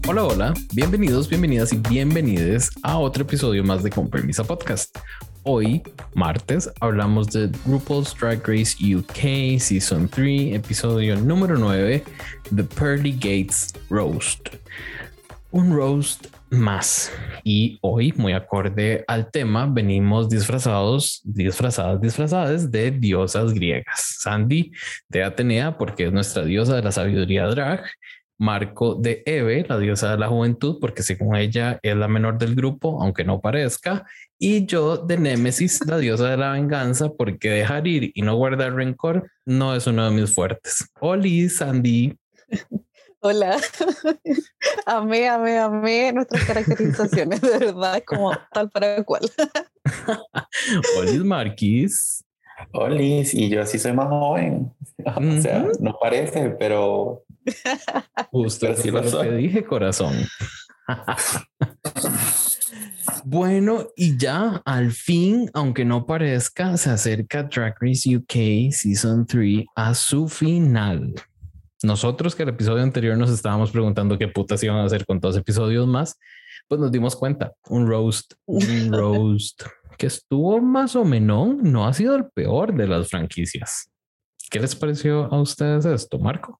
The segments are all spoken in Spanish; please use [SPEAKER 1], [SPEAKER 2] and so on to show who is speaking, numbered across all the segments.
[SPEAKER 1] Hola, hola, bienvenidos, bienvenidas y bienvenides a otro episodio más de Con Permisa Podcast. Hoy, martes, hablamos de RuPaul's Drag Race UK Season 3, episodio número 9, The Pearly Gates Roast. Un roast más. Y hoy, muy acorde al tema, venimos disfrazadas de diosas griegas. Sandy de Atenea, porque es nuestra diosa de la sabiduría drag. Marco de Eve, la diosa de la juventud, porque según ella es la menor del grupo, aunque no parezca. Y yo de Némesis, la diosa de la venganza, porque dejar ir y no guardar rencor no es uno de mis fuertes. Oli, Sandy.
[SPEAKER 2] Hola, amé nuestras caracterizaciones, de verdad, como tal para cual.
[SPEAKER 1] Olis Marquis.
[SPEAKER 3] Olis, y yo sí soy más joven. O sea, no parece, pero
[SPEAKER 1] Justo
[SPEAKER 3] pero sí
[SPEAKER 1] lo
[SPEAKER 3] soy.
[SPEAKER 1] que dije, corazón. Bueno, y ya al fin, aunque no parezca, se acerca Drag Race UK Season 3 a su final. Nosotros, que el episodio anterior nos estábamos preguntando qué putas iban a hacer con 2 episodios más, pues nos dimos cuenta. Un roast que estuvo más o menos, no ha sido el peor de las franquicias. ¿Qué les pareció a ustedes esto, Marco?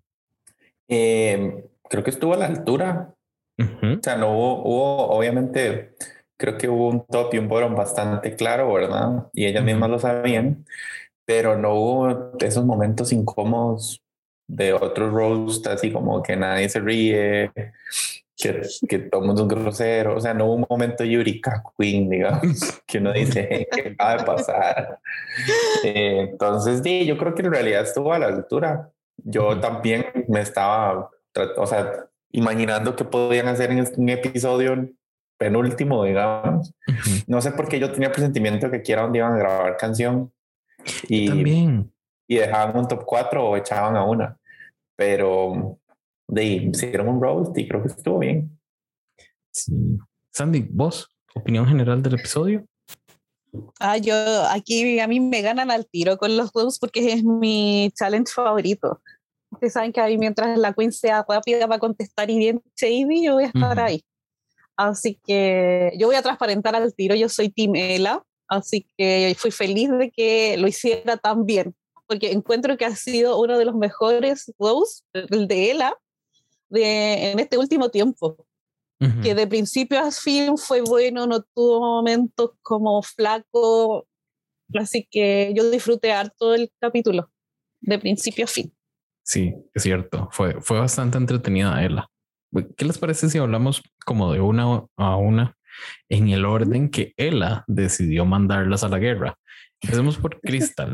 [SPEAKER 3] Creo que estuvo a la altura. O sea, no hubo, obviamente, creo que hubo un top y un bottom bastante claro, ¿verdad? Y ellas mismas lo sabían, pero no hubo esos momentos incómodos de otros roast, así como que nadie se ríe, que todo el mundo es grosero. O sea, no hubo un momento Eureka Queen, digamos, que uno dice, ¿qué acaba de pasar? Entonces, sí, yo creo que en realidad estuvo a la altura. Yo también me estaba, o sea, imaginando qué podían hacer en un episodio penúltimo, digamos. No sé por qué yo tenía presentimiento que aquí era donde iban a grabar canción
[SPEAKER 1] También.
[SPEAKER 3] y dejaban un top 4 o echaban a una, pero hicieron un roast y creo que estuvo bien.
[SPEAKER 1] Sí. Sandy, vos, opinión general del episodio.
[SPEAKER 2] Yo aquí a mí me ganan al tiro con los roasts porque es mi challenge favorito. Ustedes saben que ahí mientras la queen sea rápida para contestar y bien shady, yo voy a estar ahí. Así que yo voy a transparentar al tiro, yo soy Team Ela, así que fui feliz de que lo hiciera tan bien, porque encuentro que ha sido uno de los mejores roasts, el de Ela, en este último tiempo. Que de principio a fin fue bueno, no tuvo momentos como flaco, así que yo disfruté harto el capítulo, de principio a fin.
[SPEAKER 1] Sí, es cierto, fue bastante entretenida Ela. ¿Qué les parece si hablamos como de una a una en el orden que Ela decidió mandarlas a la guerra? Empecemos por Crystal.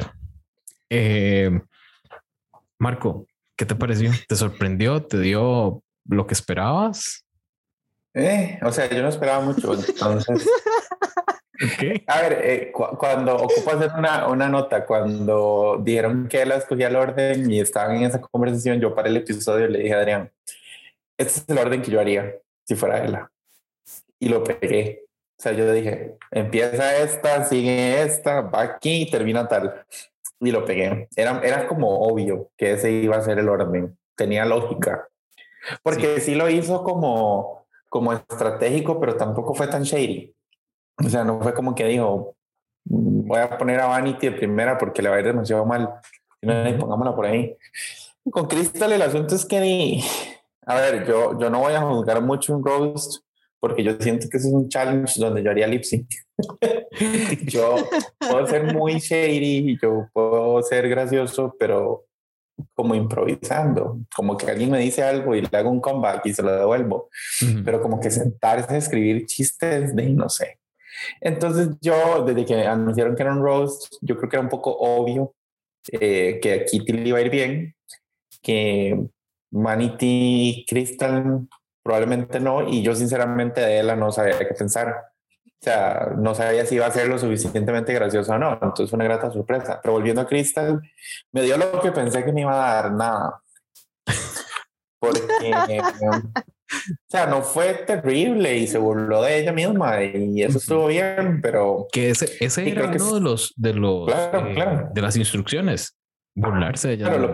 [SPEAKER 1] Marco, ¿qué te pareció? ¿Te sorprendió? ¿Te dio lo que esperabas?
[SPEAKER 3] O sea, yo no esperaba mucho, entonces...
[SPEAKER 1] Okay.
[SPEAKER 3] A ver, cuando ocupo hacer una nota, cuando dijeron que él escogía el orden y estaban en esa conversación, yo paré el episodio y le dije a Adrián, este es el orden que yo haría si fuera Ela. Y lo pegué. O sea, yo dije, empieza esta, sigue esta, va aquí y termina tal. Y lo pegué. Era como obvio que ese iba a ser el orden. Tenía lógica. Porque sí lo hizo como estratégico, pero tampoco fue tan shady. O sea, no fue como que dijo, voy a poner a Vanity de primera porque le va a ir demasiado mal. Pongámosla por ahí. Con Crystal el asunto es que, a ver, yo no voy a juzgar mucho un roast porque yo siento que ese es un challenge donde yo haría lip sync. Yo puedo ser muy shady, yo puedo ser gracioso, pero como improvisando, como que alguien me dice algo y le hago un comeback y se lo devuelvo, pero como que sentarse a escribir chistes de no sé. Entonces yo, desde que anunciaron que era un roast, yo creo que era un poco obvio que a Kitty le iba a ir bien, que Vanity y Crystal probablemente no, y yo sinceramente de Ela no sabía qué pensar. O sea, no sabía si iba a ser lo suficientemente gracioso o no, entonces fue una grata sorpresa. Pero volviendo a Crystal, me dio lo que pensé que me iba a dar, nada. Porque... O sea, no fue terrible y se burló de ella misma y eso estuvo bien, pero...
[SPEAKER 1] Que ese era uno de los
[SPEAKER 3] claro.
[SPEAKER 1] de las instrucciones, burlarse de ella.
[SPEAKER 3] Claro,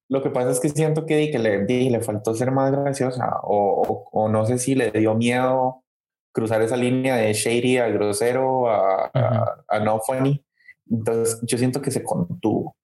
[SPEAKER 3] Lo que pasa es que siento que le faltó ser más graciosa o no sé si le dio miedo cruzar esa línea de shady a grosero a no funny. Entonces yo siento que se contuvo.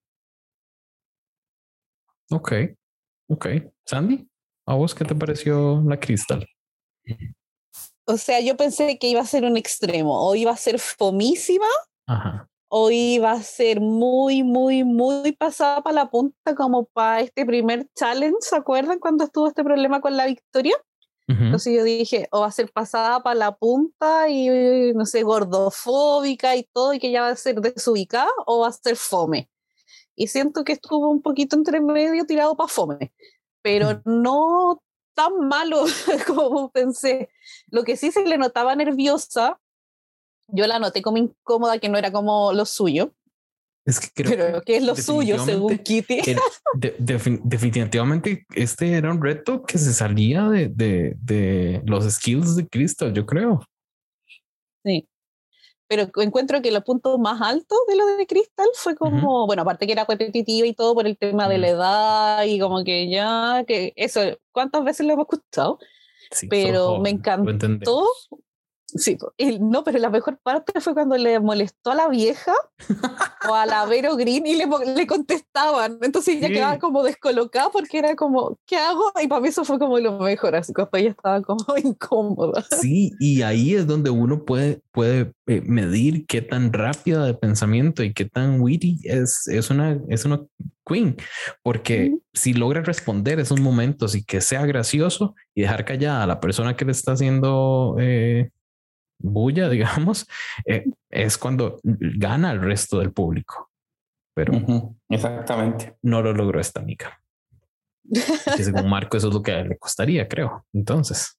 [SPEAKER 1] Ok. Sandy, ¿a vos qué te pareció la Crystal?
[SPEAKER 2] O sea, yo pensé que iba a ser un extremo, o iba a ser fomísima,
[SPEAKER 1] Ajá.
[SPEAKER 2] o iba a ser muy, muy, muy pasada para la punta, como para este primer challenge, ¿se acuerdan cuando estuvo este problema con la Victoria? Entonces yo dije, o va a ser pasada para la punta y, no sé, gordofóbica y todo, y que ya va a ser desubicada, o va a ser fome. Y siento que estuvo un poquito entre medio tirado para fome, pero no tan malo como pensé. Lo que sí se le notaba nerviosa, yo la noté como incómoda, que no era como lo suyo.
[SPEAKER 1] Es que creo
[SPEAKER 2] pero que es lo suyo, según Kitty.
[SPEAKER 1] Definitivamente este era un reto que se salía de los skills de Crystal, yo creo.
[SPEAKER 2] Sí. Pero encuentro que los puntos más altos de lo de Crystal fue como, bueno, aparte que era competitiva y todo por el tema de la edad y como que ya, que eso, ¿cuántas veces lo hemos escuchado?
[SPEAKER 1] Sí,
[SPEAKER 2] pero me encantó. Sí, no, pero la mejor parte fue cuando le molestó a la vieja o a la Vero Green y le contestaban. Entonces ella quedaba como descolocada porque era como, ¿qué hago? Y para mí eso fue como lo mejor, así que ella estaba como incómoda.
[SPEAKER 1] Sí, y ahí es donde uno puede medir qué tan rápida de pensamiento y qué tan witty es una queen, porque si logra responder esos momentos y que sea gracioso y dejar callada a la persona que le está haciendo bulla, digamos, es cuando gana el resto del público. Pero
[SPEAKER 3] exactamente,
[SPEAKER 1] no lo logró esta amiga. Que según Marco eso es lo que le costaría, creo. Entonces,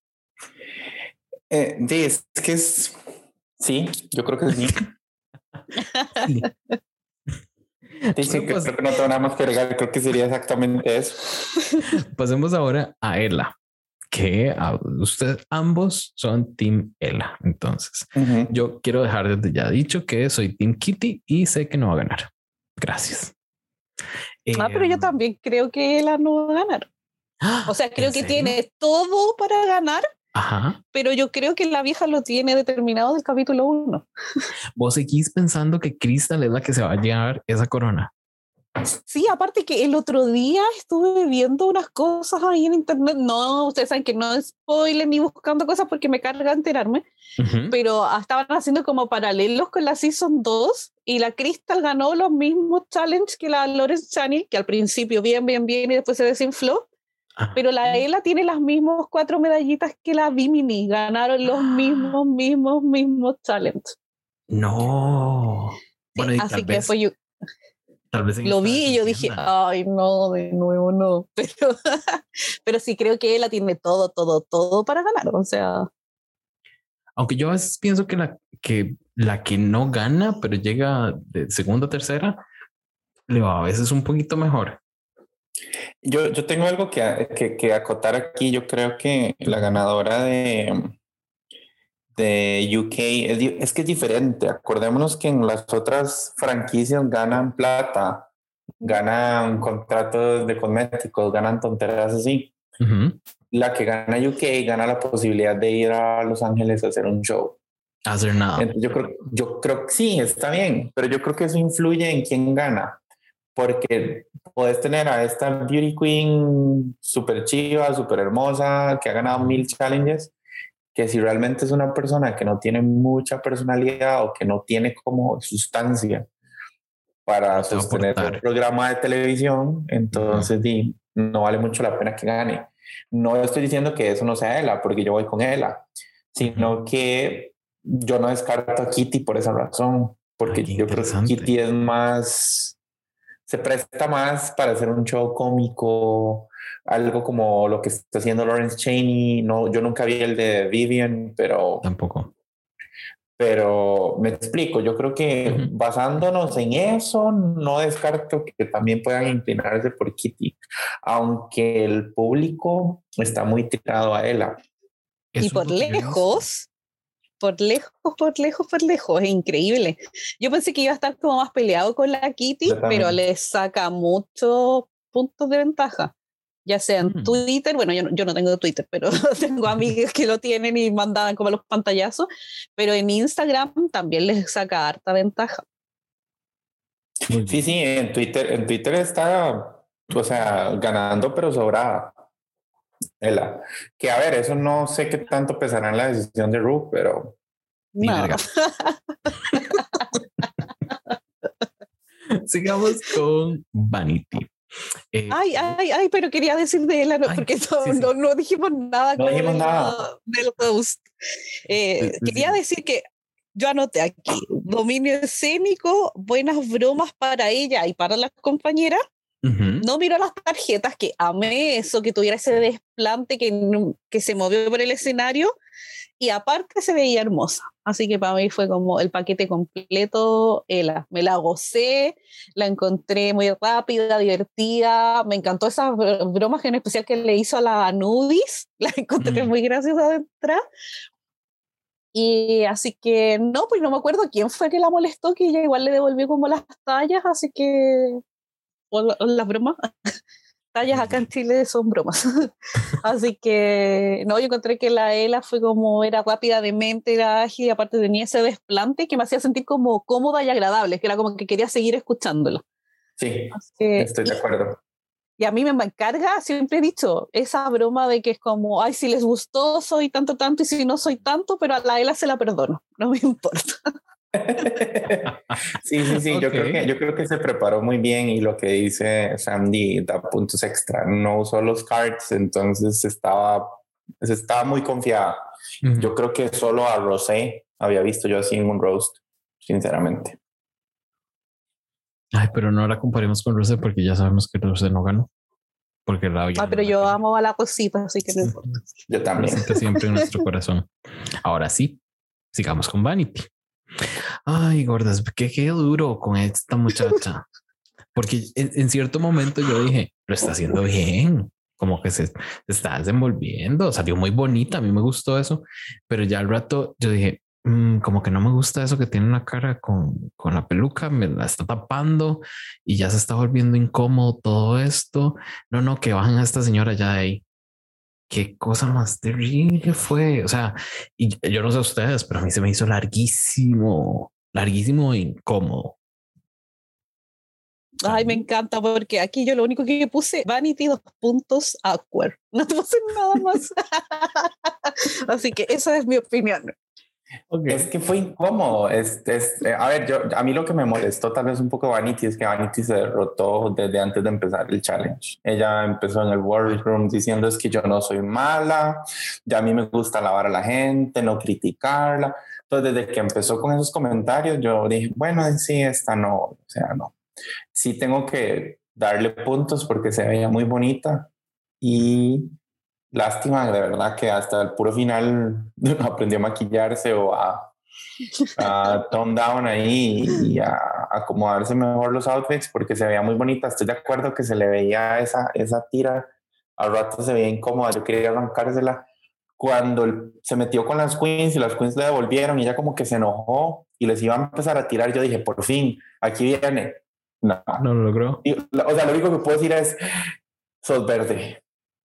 [SPEAKER 3] es que es sí, yo creo que sí.
[SPEAKER 1] Sí.
[SPEAKER 3] Sí, creo que no tengo nada más que agregar, creo que sería exactamente eso.
[SPEAKER 1] Pasemos ahora a Ela, que ustedes ambos son Team Ela. Entonces, yo quiero dejar desde ya dicho que soy Team Kitty y sé que no va a ganar. Gracias.
[SPEAKER 2] Pero yo también creo que Ela no va a ganar. O sea, creo que tiene todo para ganar.
[SPEAKER 1] Ajá.
[SPEAKER 2] Pero yo creo que la vieja lo tiene determinado del capítulo 1.
[SPEAKER 1] Vos seguís pensando que Crystal es la que se va a llevar esa corona.
[SPEAKER 2] Sí, aparte que el otro día estuve viendo unas cosas ahí en internet. No, ustedes saben que no spoiler ni buscando cosas porque me carga enterarme. Pero estaban haciendo como paralelos con la Season 2 y la Crystal ganó los mismos challenges que la Lawrence Chaney, que al principio bien y después se desinfló. Pero la Ela tiene las mismas 4 medallitas que la Bimini. Ganaron los mismos challenges.
[SPEAKER 1] No.
[SPEAKER 2] Sí,
[SPEAKER 1] bueno, y
[SPEAKER 2] así que después yo
[SPEAKER 1] tal vez
[SPEAKER 2] lo vi y yo dije, ay, no, de nuevo no. Pero sí creo que Ela tiene todo para ganar. O sea.
[SPEAKER 1] Aunque yo a veces pienso que la que no gana, pero llega de segunda o tercera, le va a veces un poquito mejor.
[SPEAKER 3] Yo tengo algo que acotar aquí. Yo creo que la ganadora de UK es que es diferente. Acordémonos que en las otras franquicias ganan plata, ganan contratos de cosméticos, ganan tonterías así. La que gana UK gana la posibilidad de ir a Los Ángeles a hacer un show.
[SPEAKER 1] Hacer nada.
[SPEAKER 3] Entonces yo creo que sí, está bien, pero yo creo que eso influye en quién gana. Porque puedes tener a esta beauty queen súper chiva, súper hermosa, que ha ganado 1000 challenges, que si realmente es una persona que no tiene mucha personalidad o que no tiene como sustancia para sostener un programa de televisión, entonces no vale mucho la pena que gane. No estoy diciendo que eso no sea Ela, porque yo voy con Ela, sino que yo no descarto a Kitty por esa razón, porque yo creo que Kitty es más... se presta más para hacer un show cómico, algo como lo que está haciendo Lawrence Chaney. No, yo nunca vi el de Vivian, pero
[SPEAKER 1] tampoco.
[SPEAKER 3] Pero me explico, yo creo que basándonos en eso, no descarto que también puedan inclinarse por Kitty, aunque el público está muy tirado a Ela.
[SPEAKER 2] Y por lejos, es increíble. Yo pensé que iba a estar como más peleado con la Kitty, pero le saca mucho puntos de ventaja. Ya sea en Twitter, bueno, yo no tengo Twitter, pero tengo amigas que lo tienen y mandaban como los pantallazos, pero en Instagram también les saca harta ventaja.
[SPEAKER 3] Sí, en Twitter está, o sea, ganando, pero sobrada. Que a ver, eso no sé qué tanto pesará en la decisión de Ru, pero...
[SPEAKER 2] No.
[SPEAKER 1] Sigamos con Vanity.
[SPEAKER 2] Pero quería decir de él, porque no dijimos nada.
[SPEAKER 3] No dijimos nada.
[SPEAKER 2] Del host. Quería decir que yo anoté aquí, dominio escénico, buenas bromas para ella y para las compañeras. No miró las tarjetas, que amé eso, que tuviera ese desplante que se movió por el escenario, y aparte se veía hermosa. Así que para mí fue como el paquete completo. Me la gocé, la encontré muy rápida, divertida. Me encantó esas bromas, en especial que le hizo a la Anubis. La encontré muy graciosa de entrada. Y así que pues no me acuerdo quién fue que la molestó, que ella igual le devolvió como las tallas, así que... o las bromas. Tallas acá en Chile son bromas. Así que, yo encontré que la Ela era rápida de mente, era ágil, y aparte tenía ese desplante que me hacía sentir como cómoda y agradable, que era como que quería seguir escuchándola.
[SPEAKER 3] Sí, estoy de acuerdo.
[SPEAKER 2] Y a mí me encarga, siempre he dicho, esa broma de que es como, ay, si les gustó, soy tanto, y si no soy tanto, pero a la Ela se la perdono, no me importa.
[SPEAKER 3] Sí, okay. yo creo que se preparó muy bien, y lo que dice Sandy da puntos extra. No usó los cards, entonces estaba muy confiada. Yo creo que solo a Rosé había visto yo así en un roast, sinceramente.
[SPEAKER 1] Ay, pero no la comparemos con Rosé, porque ya sabemos que Rosé no ganó. Porque
[SPEAKER 2] pero yo amo a la cosita, así que no importa.
[SPEAKER 3] Yo también.
[SPEAKER 1] Rosita siempre en nuestro corazón. Ahora sí, sigamos con Vanity. Ay, gordas, qué duro con esta muchacha. Porque en cierto momento yo dije, lo está haciendo bien, como que se está desenvolviendo, salió muy bonita, a mí me gustó eso, pero ya al rato yo dije, como que no me gusta eso que tiene en la cara con la peluca, me la está tapando y ya se está volviendo incómodo todo esto. No, que bajen a esta señora ya de ahí. Qué cosa más terrible fue. O sea, y yo no sé a ustedes, pero a mí se me hizo larguísimo e incómodo.
[SPEAKER 2] Ay, me encanta, porque aquí yo lo único que puse, Vanity, awkward. No te puse nada más. Así que esa es mi opinión.
[SPEAKER 3] Okay. Es que fue incómodo. A ver, a mí lo que me molestó tal vez un poco Vanity es que Vanity se derrotó desde antes de empezar el challenge. Ella empezó en el War Room diciendo es que yo no soy mala, ya a mí me gusta alabar a la gente, no criticarla. Entonces, desde que empezó con esos comentarios, yo dije, bueno, sí, esta no, o sea, no. Sí tengo que darle puntos porque se veía muy bonita, y lástima, de verdad, que hasta el puro final aprendió a maquillarse o a tone down ahí y a acomodarse mejor los outfits, porque se veía muy bonita. Estoy de acuerdo que se le veía esa tira, al rato se veía incómoda, yo quería arrancársela. Cuando se metió con las queens y las queens le devolvieron y ella como que se enojó y les iba a empezar a tirar, yo dije, por fin, aquí viene. No
[SPEAKER 1] lo logró.
[SPEAKER 3] O sea, lo único que puedo decir es, sos verde.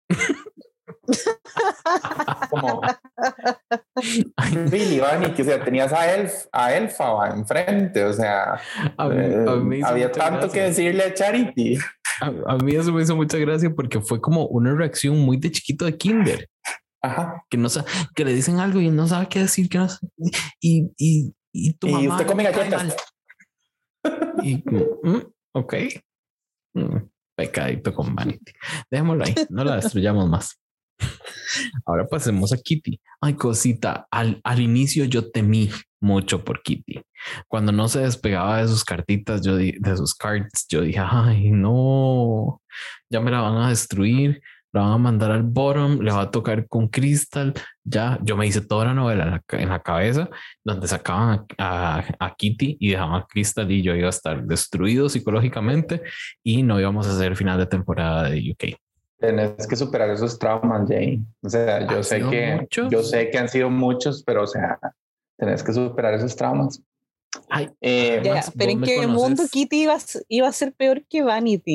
[SPEAKER 3] Como Billy Vanity, o sea, tenías a Elfa enfrente, o sea, a mí había tanto que decirle a Charity.
[SPEAKER 1] A mí eso me hizo mucha gracia porque fue como una reacción muy de chiquito de kinder.
[SPEAKER 3] Ajá.
[SPEAKER 1] Que no sabe, que le dicen algo y no sabe qué decir, que no sabe, y tu mamá.
[SPEAKER 3] Y usted come galletas.
[SPEAKER 1] Y ok. Pecadito con Vanity. Dejémoslo ahí, no la destruyamos más. Ahora pasemos a Kitty. Ay, cosita, al inicio yo temí mucho por Kitty. Cuando no se despegaba de sus cartitas, de sus cards, yo dije, ay, no, ya me la van a destruir, la van a mandar al bottom, le va a tocar con Crystal. Ya, yo me hice toda la novela en la cabeza, donde sacaban a Kitty y dejaban a Crystal, y yo iba a estar destruido psicológicamente y no íbamos a hacer final de temporada de UK.
[SPEAKER 3] Tenés que superar esos traumas, Jane. O sea, yo sé que han sido muchos, pero o sea, tenés que superar esos traumas.
[SPEAKER 1] Ay,
[SPEAKER 2] pero ¿en qué mundo Kitty iba a ser peor que Vanity?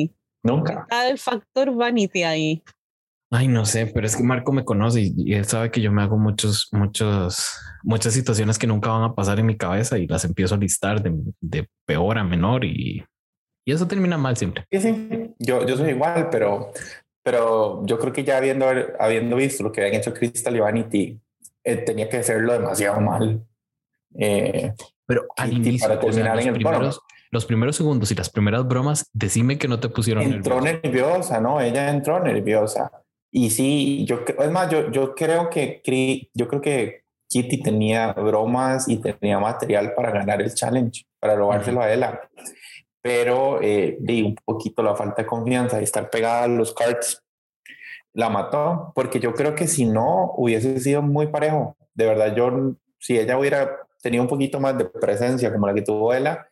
[SPEAKER 3] Nunca.
[SPEAKER 2] Está el factor vanity ahí.
[SPEAKER 1] Ay, no sé, pero es que Marco me conoce y él sabe que yo me hago muchas situaciones que nunca van a pasar en mi cabeza y las empiezo a listar de peor a menor y eso termina mal siempre.
[SPEAKER 3] Sí. Yo soy igual, pero yo creo que ya habiendo visto lo que habían hecho Crystal y Vanity, tenía que hacerlo demasiado mal.
[SPEAKER 1] Pero al inicio,
[SPEAKER 3] para terminar
[SPEAKER 1] los primeros segundos y las primeras bromas, decime que no te pusieron
[SPEAKER 3] nerviosa, ¿no? Ella entró nerviosa. Y sí, es más, yo creo que Kitty tenía bromas y tenía material para ganar el challenge, para robárselo a ella. Pero un poquito la falta de confianza y estar pegada a los cards la mató, porque yo creo que si no hubiese sido muy parejo. De verdad, si ella hubiera tenido un poquito más de presencia como la que tuvo ella,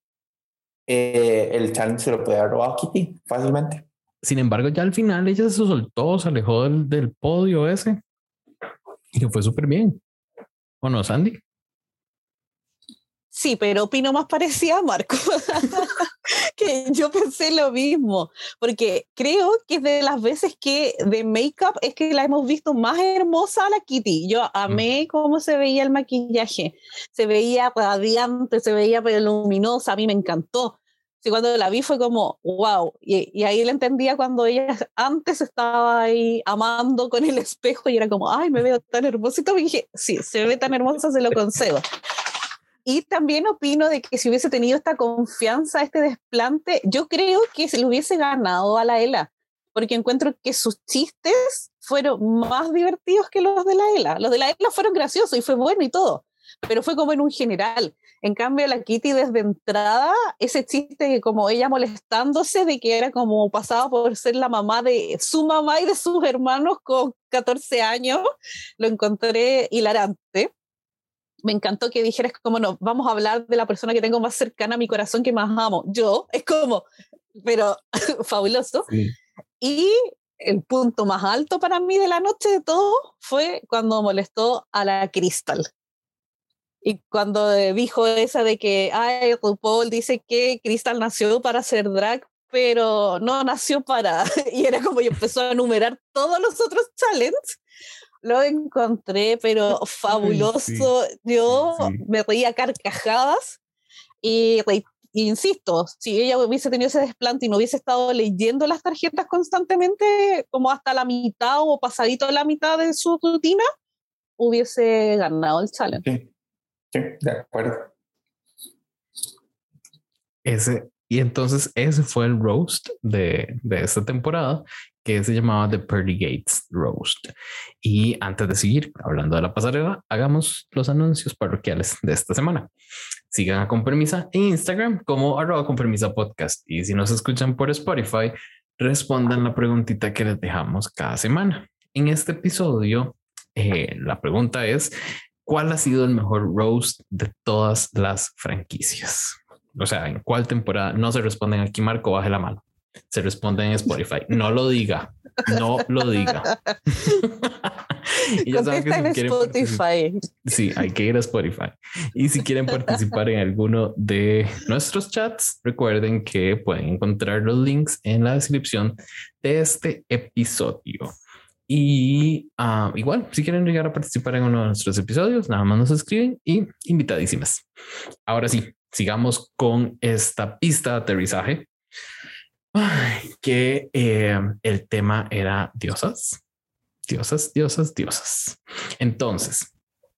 [SPEAKER 3] el challenge se lo podía haber robado a Kitty fácilmente.
[SPEAKER 1] Sin embargo, ya al final ella se soltó, se alejó del podio ese y le fue súper bien. ¿O no, Sandy?
[SPEAKER 2] Sí, pero opino más parecida a Marco. Que yo pensé lo mismo, porque creo que es de las veces que de make-up es que la hemos visto más hermosa a la Kitty. Yo amé cómo se veía el maquillaje, se veía radiante, se veía luminosa, a mí me encantó. Sí, cuando la vi fue como, wow, y ahí la entendía cuando ella antes estaba ahí amando con el espejo y era como, ay, me veo tan hermosa, y dije, sí, se ve tan hermosa, se lo concedo. Y también opino de que si hubiese tenido esta confianza, este desplante, yo creo que se le hubiese ganado a la Ela, porque encuentro que sus chistes fueron más divertidos que los de la Ela. Los de la Ela fueron graciosos y fue bueno y todo, pero fue como en un general. En cambio, la Kitty desde entrada, ese chiste como ella molestándose de que era como pasaba por ser la mamá de su mamá y de sus hermanos con 14 años, lo encontré hilarante. Me encantó que dijeras como no, vamos a hablar de la persona que tengo más cercana a mi corazón, que más amo. Yo, es como, pero fabuloso. Sí. Y el punto más alto para mí de la noche de todo fue cuando molestó a la Crystal. Y cuando dijo esa de que, ay, RuPaul dice que Crystal nació para ser drag, pero no nació para... Y era como y empezó a enumerar todos los otros challenges. Lo encontré, pero fabuloso. Sí, yo me reía carcajadas y insisto, si ella hubiese tenido ese desplante y no hubiese estado leyendo las tarjetas constantemente, como hasta la mitad o pasadito la mitad de su rutina, hubiese ganado el challenge.
[SPEAKER 3] Sí, de acuerdo.
[SPEAKER 1] Y entonces ese fue el roast de esta temporada, que se llamaba The Pearly Gates Roast. Y antes de seguir hablando de la pasarela, hagamos los anuncios parroquiales de esta semana. Sigan a Con Permisa en Instagram como @conpermisapodcast. Y si nos escuchan por Spotify, respondan la preguntita que les dejamos cada semana. En este episodio, la pregunta es, ¿cuál ha sido el mejor roast de todas las franquicias? O sea, ¿en cuál temporada? No se responden aquí, Marco, baje la mano. Se responden en Spotify. No lo diga. No lo diga.
[SPEAKER 2] Y ya saben que si en Spotify.
[SPEAKER 1] Sí, hay que ir a Spotify. Y si quieren participar en alguno de nuestros chats, recuerden que pueden encontrar los links en la descripción de este episodio. Y igual, si quieren llegar a participar en uno de nuestros episodios, nada más nos escriben y invitadísimas. Ahora sí, sigamos con esta pista de aterrizaje. Ay, que el tema era diosas. Entonces,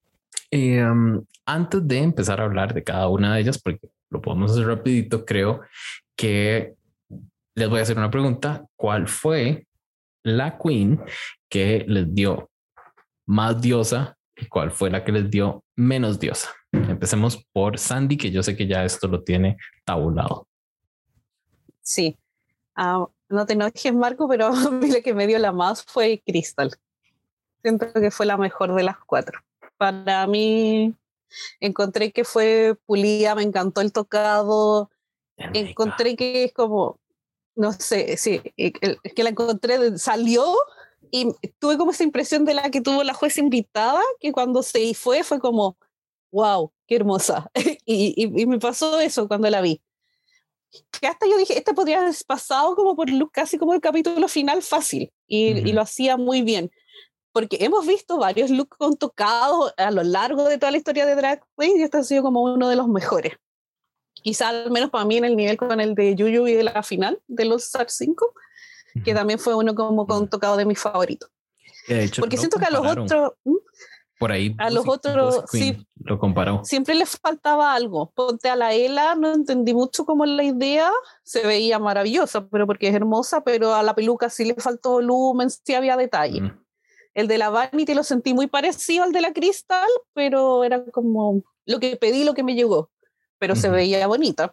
[SPEAKER 1] antes de empezar a hablar de cada una de ellas, porque lo podemos hacer rapidito, creo que les voy a hacer una pregunta. ¿Cuál fue la queen que les dio más diosa y cuál fue la que les dio menos diosa? Empecemos por Sandy, que yo sé que ya esto lo tiene tabulado.
[SPEAKER 2] Sí. No te enojes, Marco, pero a mí la que me dio la más fue Crystal. Siento que fue la mejor de las 4. Para mí, encontré que fue pulida, me encantó el tocado. Encontré que es como, no sé, sí, es que la encontré, salió y tuve como esa impresión de la que tuvo la jueza invitada, que cuando se fue como, wow, qué hermosa. y me pasó eso cuando la vi. que hasta yo dije, este podría haber pasado como por look, casi como el capítulo final fácil, y lo hacía muy bien. Porque hemos visto varios looks con tocados a lo largo de toda la historia de Drag Race y este ha sido como uno de los mejores. Quizá al menos para mí en el nivel con el de Yuyu y de la final de los Star 5, que también fue uno como con tocado de mis favoritos.
[SPEAKER 1] De hecho,
[SPEAKER 2] porque siento que a los otros...
[SPEAKER 1] Por ahí
[SPEAKER 2] a los otros
[SPEAKER 1] sí lo comparó.
[SPEAKER 2] Siempre les faltaba algo. Ponte a la Ela, no entendí mucho cómo la idea, se veía maravillosa, pero porque es hermosa, pero a la peluca sí le faltó volumen, sí había detalle. El de la Vanity lo sentí muy parecido al de la Crystal, pero era como lo que pedí, lo que me llegó, pero se veía bonita.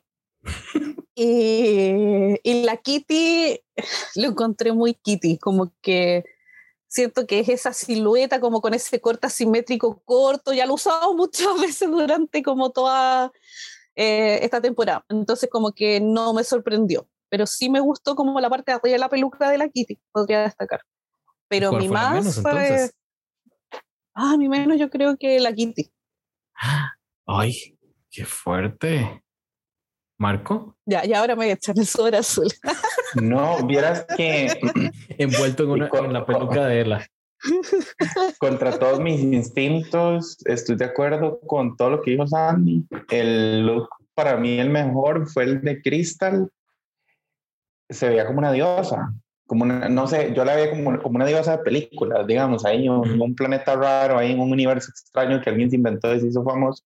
[SPEAKER 2] Y la Kitty lo encontré muy Kitty, como que siento que es esa silueta como con ese corte asimétrico corto, ya lo he usado muchas veces durante como toda esta temporada, entonces como que no me sorprendió, pero sí me gustó como la parte de arriba de la peluca de la Kitty, podría destacar. Pero mi más
[SPEAKER 1] menos, entonces?
[SPEAKER 2] Mi menos yo creo que la Kitty.
[SPEAKER 1] Ay, qué fuerte. ¿Marco?
[SPEAKER 2] Ya, y ahora me voy a echar el sobre azul.
[SPEAKER 3] No, vieras que...
[SPEAKER 1] Envuelto en la peluca de Ela.
[SPEAKER 3] Contra todos mis instintos, estoy de acuerdo con todo lo que dijo Sandy. El look para mí el mejor fue el de Crystal. Se veía como una diosa. Como una, no sé, yo la veía como una diosa de películas, digamos, ahí en un planeta raro, ahí en un universo extraño que alguien se inventó y se hizo famoso.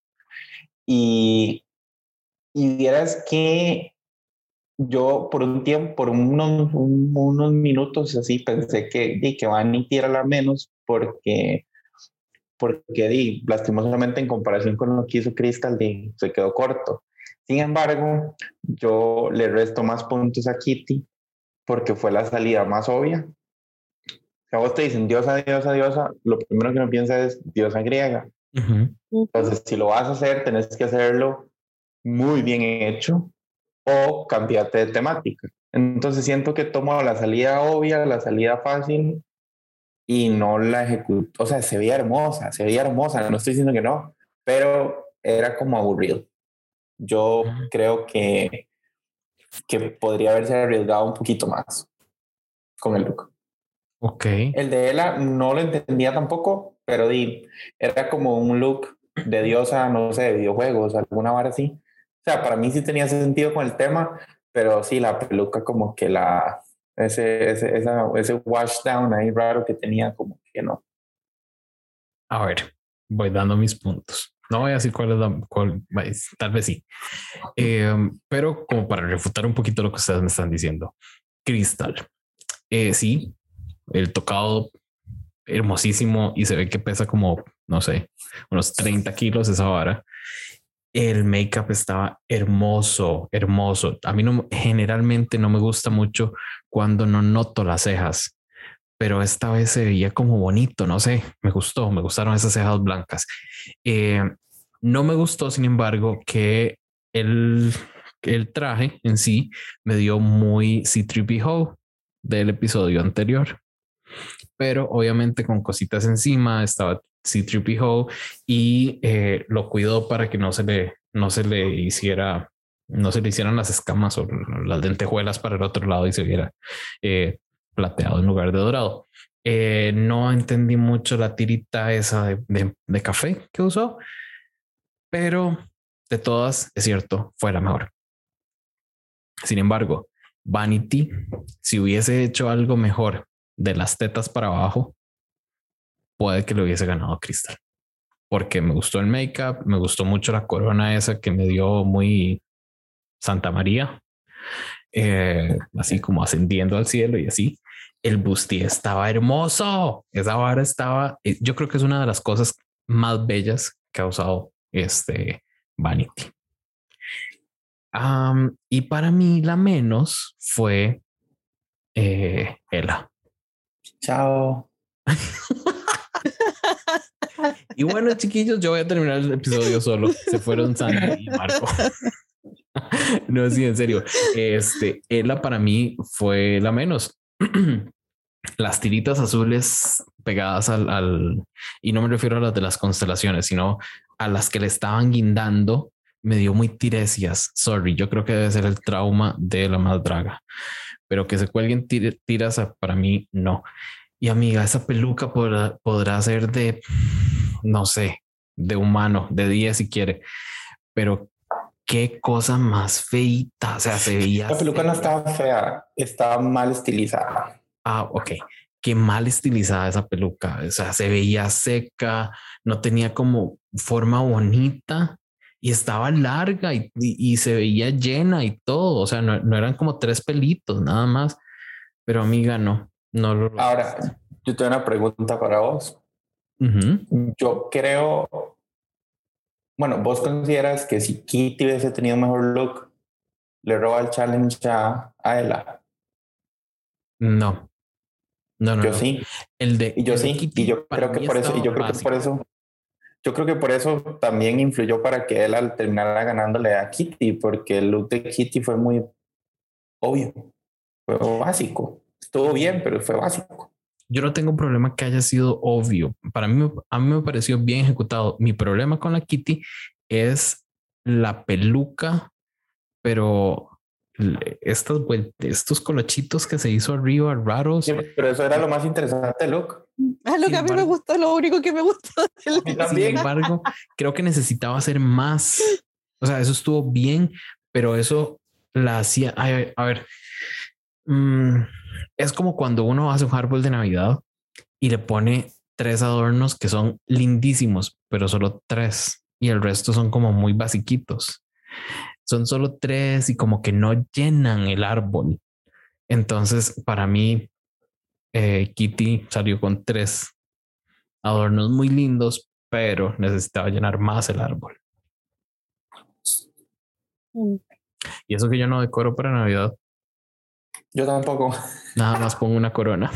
[SPEAKER 3] Y vieras que yo por un tiempo, por unos minutos así, pensé que Vanity era la menos porque lastimosamente en comparación con lo que hizo Crystal, se quedó corto. Sin embargo, yo le resto más puntos a Kitty porque fue la salida más obvia. Si a vos te dicen diosa, diosa, diosa, lo primero que uno piensa es diosa griega. Entonces, si lo vas a hacer, tenés que hacerlo muy bien hecho o cambiarte de temática. Entonces siento que tomo la salida obvia, la salida fácil y no la ejecuto. O sea, se veía hermosa, no estoy diciendo que no, pero era como aburrido. Yo creo que podría haberse arriesgado un poquito más con el look.
[SPEAKER 1] Ok.
[SPEAKER 3] El de Ela no lo entendía tampoco, pero era como un look de diosa, no sé, de videojuegos, alguna vara así. O sea, para mí sí tenía sentido con el tema, pero sí, la peluca como que ese wash down ahí raro que tenía, como que no.
[SPEAKER 1] A ver, voy dando mis puntos. No voy a decir tal vez sí. Pero como para refutar un poquito lo que ustedes me están diciendo. Crystal. Sí, el tocado hermosísimo y se ve que pesa como, no sé, unos 30 kilos esa vara. El make-up estaba hermoso, hermoso. A mí generalmente no me gusta mucho cuando no noto las cejas, pero esta vez se veía como bonito, no sé, me gustaron esas cejas blancas. No me gustó, sin embargo, que el traje en sí me dio muy C-3PO del episodio anterior, pero obviamente con cositas encima estaba C-3PO y lo cuidó para que no se le hicieran las escamas o las lentejuelas para el otro lado y se viera plateado en lugar de dorado. No entendí mucho la tirita esa de café que usó, pero de todas, es cierto, fue la mejor. Sin embargo, Vanity, si hubiese hecho algo mejor de las tetas para abajo, puede que le hubiese ganado a Crystal, porque me gustó el make-up, me gustó mucho la corona esa que me dio muy Santa María, así como ascendiendo al cielo y así. El bustier estaba hermoso, esa vara estaba, yo creo que es una de las cosas más bellas que ha usado Vanity. Y para mí la menos fue Ela.
[SPEAKER 3] Chao.
[SPEAKER 1] Y bueno, chiquillos, yo voy a terminar el episodio solo. Se fueron Sandy y Marco. No, sí, en serio. Ela para mí fue la menos. Las tiritas azules pegadas y no me refiero a las de las constelaciones, sino a las que le estaban guindando, me dio muy tiresias. Sorry, yo creo que debe ser el trauma de la más draga, pero que se cuelguen tiras para mí no. Y amiga, esa peluca podrá ser de, no sé, de humano, de 10 si quiere, pero qué cosa más feita. O sea, se veía.
[SPEAKER 3] La peluca no estaba fea, estaba mal estilizada.
[SPEAKER 1] Ah, ok. Qué mal estilizada esa peluca. O sea, se veía seca, no tenía como forma bonita y estaba larga y se veía llena y todo. O sea, no eran como 3 pelitos nada más. Pero amiga, no lo logré.
[SPEAKER 3] Ahora, yo tengo una pregunta para vos. Yo creo, bueno, vos consideras que si Kitty hubiese tenido un mejor look, le roba el challenge a Ella.
[SPEAKER 1] No.
[SPEAKER 3] Yo sí. Y yo sí.
[SPEAKER 1] Kitty
[SPEAKER 3] Y yo creo que por eso, yo creo que por eso también influyó para que él al terminar ganándole a Kitty, porque el look de Kitty fue muy obvio, fue básico. Estuvo bien, pero fue básico.
[SPEAKER 1] Yo no tengo un problema que haya sido obvio. Para mí, a mí me pareció bien ejecutado. Mi problema con la Kitty es la peluca, pero estos colochitos que se hizo arriba, raros.
[SPEAKER 3] Sí, pero eso era lo más interesante del look.
[SPEAKER 2] Lo que a mí me gustó, lo único que me gustó.
[SPEAKER 1] Sin embargo, creo que necesitaba hacer más. O sea, eso estuvo bien, pero eso la hacía. A ver, es como cuando uno hace un árbol de Navidad y le pone 3 adornos que son lindísimos, pero solo 3 y el resto son como muy basiquitos. Son solo 3 y como que no llenan el árbol. Entonces, para mí, Kitty salió con 3 adornos muy lindos, pero necesitaba llenar más el árbol. Y eso que yo no decoro para Navidad.
[SPEAKER 3] Yo tampoco.
[SPEAKER 1] Nada más pongo una corona.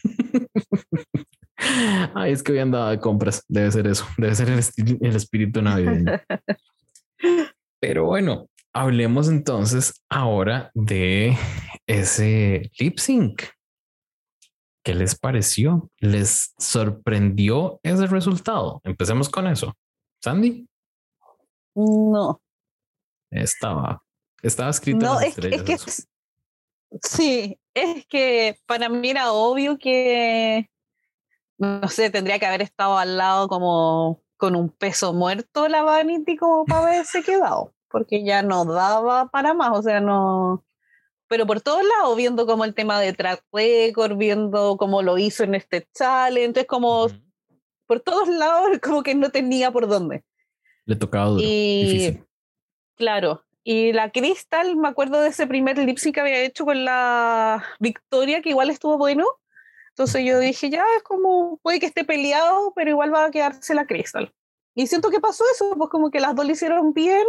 [SPEAKER 1] Ay, es que hoy andaba de compras. Debe ser eso. Debe ser el espíritu navideño. Pero bueno, hablemos entonces ahora de ese lip sync. ¿Qué les pareció? ¿Les sorprendió ese resultado? Empecemos con eso. Sandy.
[SPEAKER 2] No.
[SPEAKER 1] Estaba escrito
[SPEAKER 2] No,
[SPEAKER 1] en las estrellas.
[SPEAKER 2] Sí, es que para mí era obvio que, no sé, tendría que haber estado al lado como con un peso muerto la Vanity como para haberse quedado, porque ya no daba para más, o sea, no. Pero por todos lados, viendo como el tema de track record, viendo cómo lo hizo en este challenge, entonces como por todos lados como que no tenía por dónde.
[SPEAKER 1] Le tocaba duro, difícil.
[SPEAKER 2] Claro. Y la Crystal, me acuerdo de ese primer lip sync que había hecho con la Victoria, que igual estuvo bueno. Entonces yo dije, ya es como, puede que esté peleado, pero igual va a quedarse la Crystal. Y siento que pasó eso, pues como que las dos lo hicieron bien.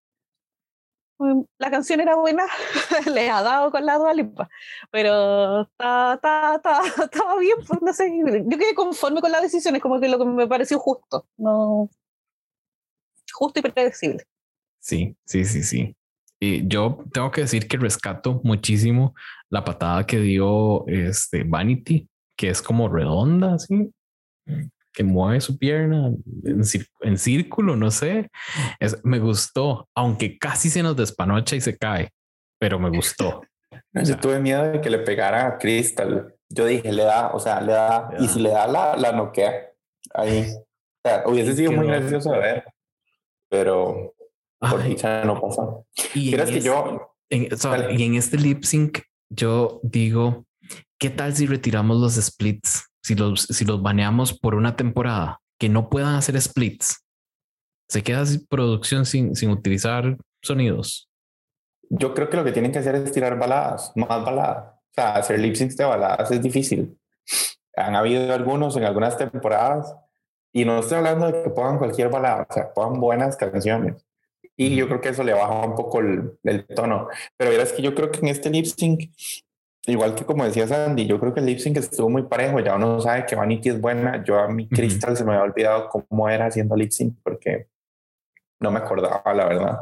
[SPEAKER 2] La canción era buena, le ha dado con la Dua Lipa, pero estaba bien, pues no sé. Yo quedé conforme con las decisiones, como que lo que me pareció justo, no, justo y predecible.
[SPEAKER 1] Sí. Y yo tengo que decir que rescato muchísimo la patada que dio Vanity, que es como redonda, así, que mueve su pierna en círculo, no sé. Me gustó, aunque casi se nos despanocha y se cae, pero me gustó.
[SPEAKER 3] Yo tuve miedo de que le pegara a Crystal. Yo dije, le da, y si le da la noquea ahí. O sea, hubiese sido muy gracioso de ver, pero por dicha no pasó.
[SPEAKER 1] Y en este lip sync, yo digo, ¿qué tal si retiramos los splits? Si los baneamos por una temporada, que no puedan hacer splits, se queda sin producción sin utilizar sonidos.
[SPEAKER 3] Yo creo que lo que tienen que hacer es tirar baladas, más baladas. O sea, hacer lip syncs de baladas es difícil. Han habido algunos en algunas temporadas y no estoy hablando de que pongan cualquier balada, o sea, pongan buenas canciones. Y yo creo que eso le baja un poco el tono. Pero verás que yo creo que en este lip sync, igual que como decía Sandy, yo creo que el lip sync estuvo muy parejo. Ya uno sabe que Vanity es buena. Yo a mi Crystal se me había olvidado cómo era haciendo lip sync porque no me acordaba, la verdad.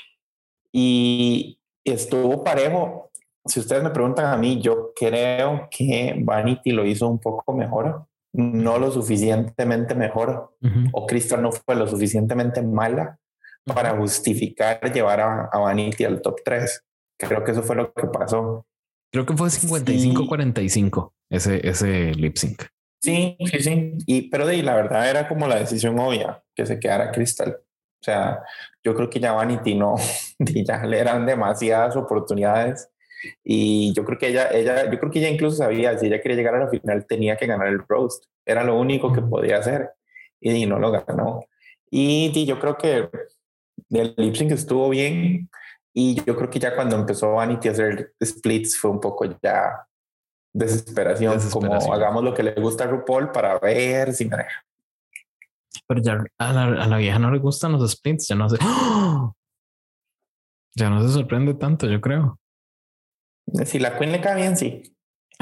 [SPEAKER 3] Y estuvo parejo. Si ustedes me preguntan a mí, yo creo que Vanity lo hizo un poco mejor, no lo suficientemente mejor, o Crystal no fue lo suficientemente mala para justificar llevar a Vanity al top 3. Creo que eso fue lo que pasó.
[SPEAKER 1] Creo que fue 55-45 ese lip sync.
[SPEAKER 3] Sí. Pero la verdad era como la decisión obvia que se quedara Crystal. O sea, yo creo que ya Vanity no, ya le eran demasiadas oportunidades. Y yo creo que ella incluso sabía, si ella quería llegar a la final tenía que ganar el roast. Era lo único que podía hacer y no lo ganó. Y yo creo que el lip sync estuvo bien. Y yo creo que ya cuando empezó Vanity a hacer splits fue un poco ya desesperación. Como hagamos lo que le gusta a RuPaul para ver si me deja.
[SPEAKER 1] Pero ya a la vieja no le gustan los splits, ya no sé. ¡Oh! Ya no se sorprende tanto, yo creo.
[SPEAKER 3] Si la Queen le cae bien, sí.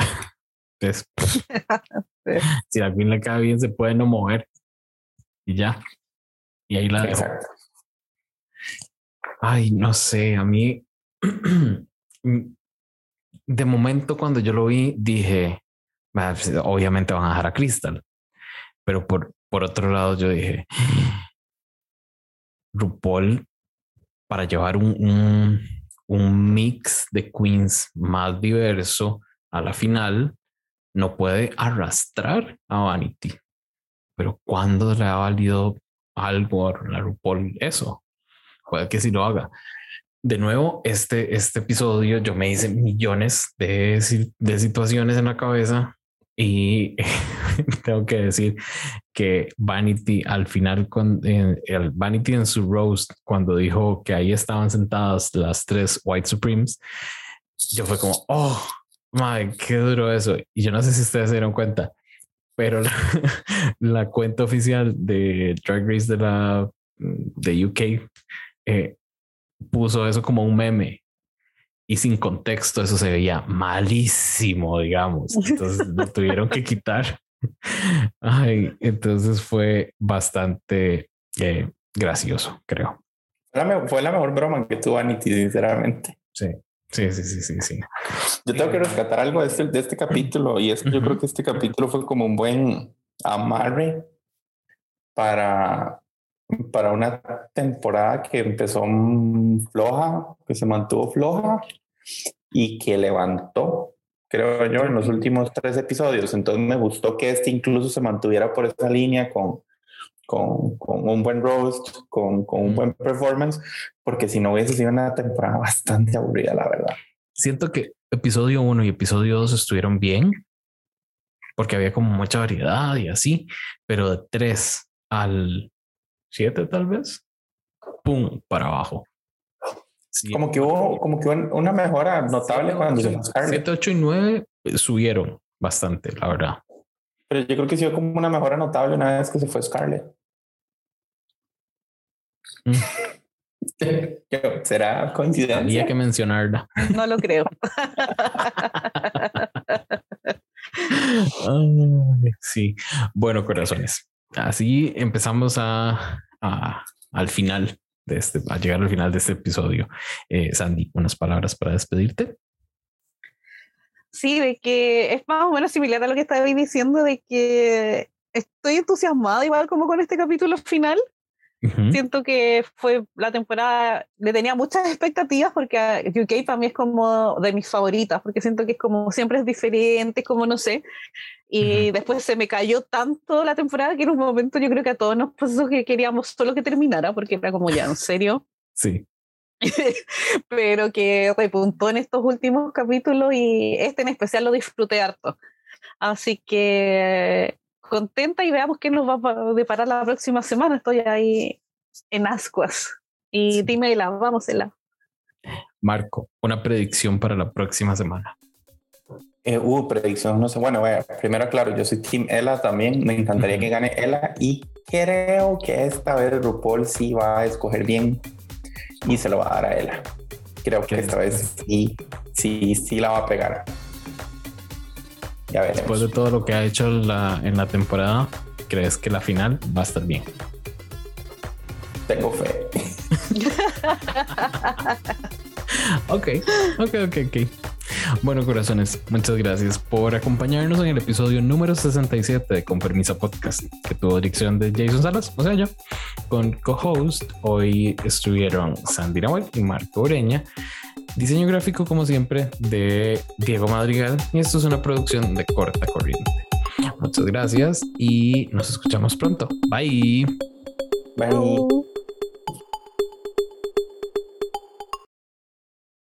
[SPEAKER 1] Si la Queen le cae bien, se puede no mover. Y ya. Y ahí la dejo.
[SPEAKER 3] Exacto.
[SPEAKER 1] Ay, no sé, a mí de momento cuando yo lo vi dije, obviamente van a dejar a Crystal, pero por otro lado yo dije, RuPaul para llevar un mix de queens más diverso a la final no puede arrastrar a Vanity, pero ¿cuándo le ha valido algo a la RuPaul eso? Puede que sí lo haga. De nuevo, este episodio yo me hice millones de situaciones en la cabeza y tengo que decir que Vanity al final, el Vanity en su roast, cuando dijo que ahí estaban sentadas las 3 White Supremes, yo fue como, oh, my, qué duro eso. Y yo no sé si ustedes se dieron cuenta, pero la cuenta oficial de Drag Race de UK puso eso como un meme y sin contexto eso se veía malísimo, digamos. Entonces lo tuvieron que quitar. Ay, entonces fue bastante gracioso, creo.
[SPEAKER 3] Fue la mejor broma que tuvo Vanity, sinceramente.
[SPEAKER 1] Sí.
[SPEAKER 3] Yo tengo que rescatar algo de este capítulo y es que yo creo que este capítulo fue como un buen amarre para una temporada que empezó floja, que se mantuvo floja y que levantó, creo yo, en los últimos 3 episodios. Entonces me gustó que incluso se mantuviera por esa línea con un buen roast, con un buen performance, porque si no hubiese sido una temporada bastante aburrida, la verdad.
[SPEAKER 1] Siento que episodio 1 y episodio 2 estuvieron bien porque había como mucha variedad y así, pero de 3 al 7 tal vez, pum, para abajo. Sí.
[SPEAKER 3] Como que hubo una mejora notable cuando se fue Scarlett.
[SPEAKER 1] 7, 8 y 9 subieron bastante, la verdad.
[SPEAKER 3] Pero yo creo que sí hubo como una mejora notable una vez que se fue Scarlett. ¿Será coincidencia?
[SPEAKER 1] Había que mencionarla.
[SPEAKER 2] No lo creo.
[SPEAKER 1] Sí, bueno, corazones. Así empezamos al final a llegar al final de este episodio. Sandy, unas palabras para despedirte.
[SPEAKER 2] Sí, de que es más o menos similar a lo que estaba diciendo, de que estoy entusiasmada igual como con este capítulo final. Uh-huh. Siento que fue la temporada, le tenía muchas expectativas porque UK para mí es como de mis favoritas, porque siento que es como siempre es diferente, como no sé, y uh-huh. Después se me cayó tanto la temporada que en un momento yo creo que a todos nos pasó que queríamos solo que terminara, porque era como ya, ¿en serio?
[SPEAKER 1] Sí.
[SPEAKER 2] Pero que repuntó en estos últimos capítulos y este en especial lo disfruté harto. Así que contenta y veamos qué nos va a deparar la próxima semana. Estoy ahí en ascuas. Y sí. Dímela, vamos, Ela.
[SPEAKER 1] Marco, una predicción para la próxima semana.
[SPEAKER 3] Predicción, no sé. Bueno, primero, claro, yo soy Team Ela también. Me encantaría que gane Ela y creo que esta vez RuPaul sí va a escoger bien y se lo va a dar a Ela. Creo que esta vez sí la va a pegar. Ya veremos.
[SPEAKER 1] Después de todo lo que ha hecho en la temporada, ¿crees que la final va a estar bien?
[SPEAKER 3] Tengo fe.
[SPEAKER 1] Ok. Bueno, corazones, muchas gracias por acompañarnos en el episodio número 67 de Con Permisa Podcast, que tuvo dirección de Jason Salas, o sea, yo, con co-host. Hoy estuvieron Sandy Nahuel y Marco Ureña. Diseño gráfico, como siempre, de Diego Madrigal. Y esto es una producción de Corta Corriente. Muchas gracias y nos escuchamos pronto. Bye.
[SPEAKER 3] Bye.